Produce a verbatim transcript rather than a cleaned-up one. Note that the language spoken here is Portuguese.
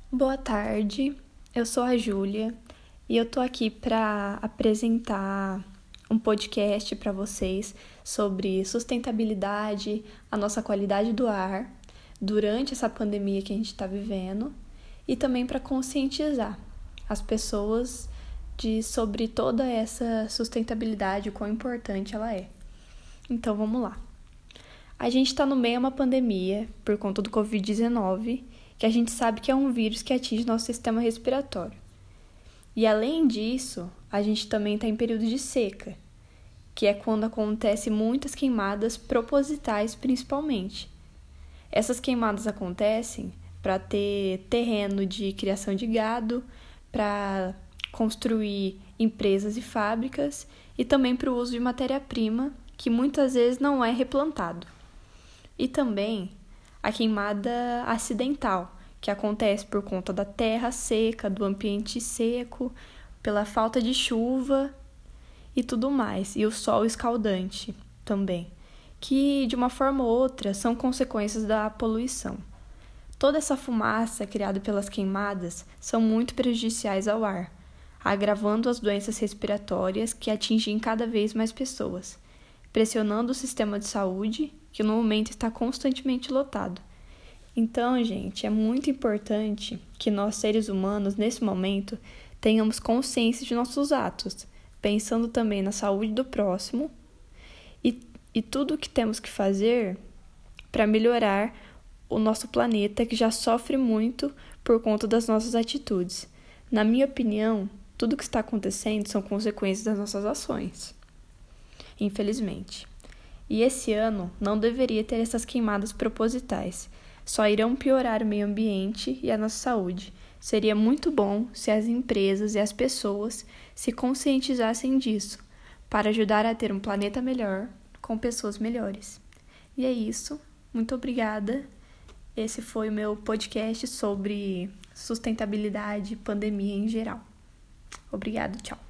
Boa tarde, eu sou a Júlia e eu tô aqui para apresentar um podcast para vocês sobre sustentabilidade, a nossa qualidade do ar durante essa pandemia que a gente está vivendo e também para conscientizar as pessoas de sobre toda essa sustentabilidade, o quão importante ela é. Então vamos lá. A gente está no meio de uma pandemia por conta do covid dezenove, que a gente sabe que é um vírus que atinge nosso sistema respiratório. E além disso, a gente também está em período de seca, que é quando acontecem muitas queimadas propositais principalmente. Essas queimadas acontecem para ter terreno de criação de gado, para construir empresas e fábricas e também para o uso de matéria-prima, que muitas vezes não é replantado. E também a queimada acidental, que acontece por conta da terra seca, do ambiente seco, pela falta de chuva e tudo mais, e o sol escaldante também, que de uma forma ou outra são consequências da poluição. Toda essa fumaça criada pelas queimadas são muito prejudiciais ao ar, agravando as doenças respiratórias que atingem cada vez mais pessoas, pressionando o sistema de saúde, que no momento está constantemente lotado. Então, gente, é muito importante que nós, seres humanos, nesse momento, tenhamos consciência de nossos atos, pensando também na saúde do próximo e, e tudo o que temos que fazer para melhorar o nosso planeta, que já sofre muito por conta das nossas atitudes. Na minha opinião, tudo o que está acontecendo são consequências das nossas ações, infelizmente. E esse ano não deveria ter essas queimadas propositais. Só irão piorar o meio ambiente e a nossa saúde. Seria muito bom se as empresas e as pessoas se conscientizassem disso, para ajudar a ter um planeta melhor, com pessoas melhores. E é isso. Muito obrigada. Esse foi o meu podcast sobre sustentabilidade e pandemia em geral. Obrigada, tchau.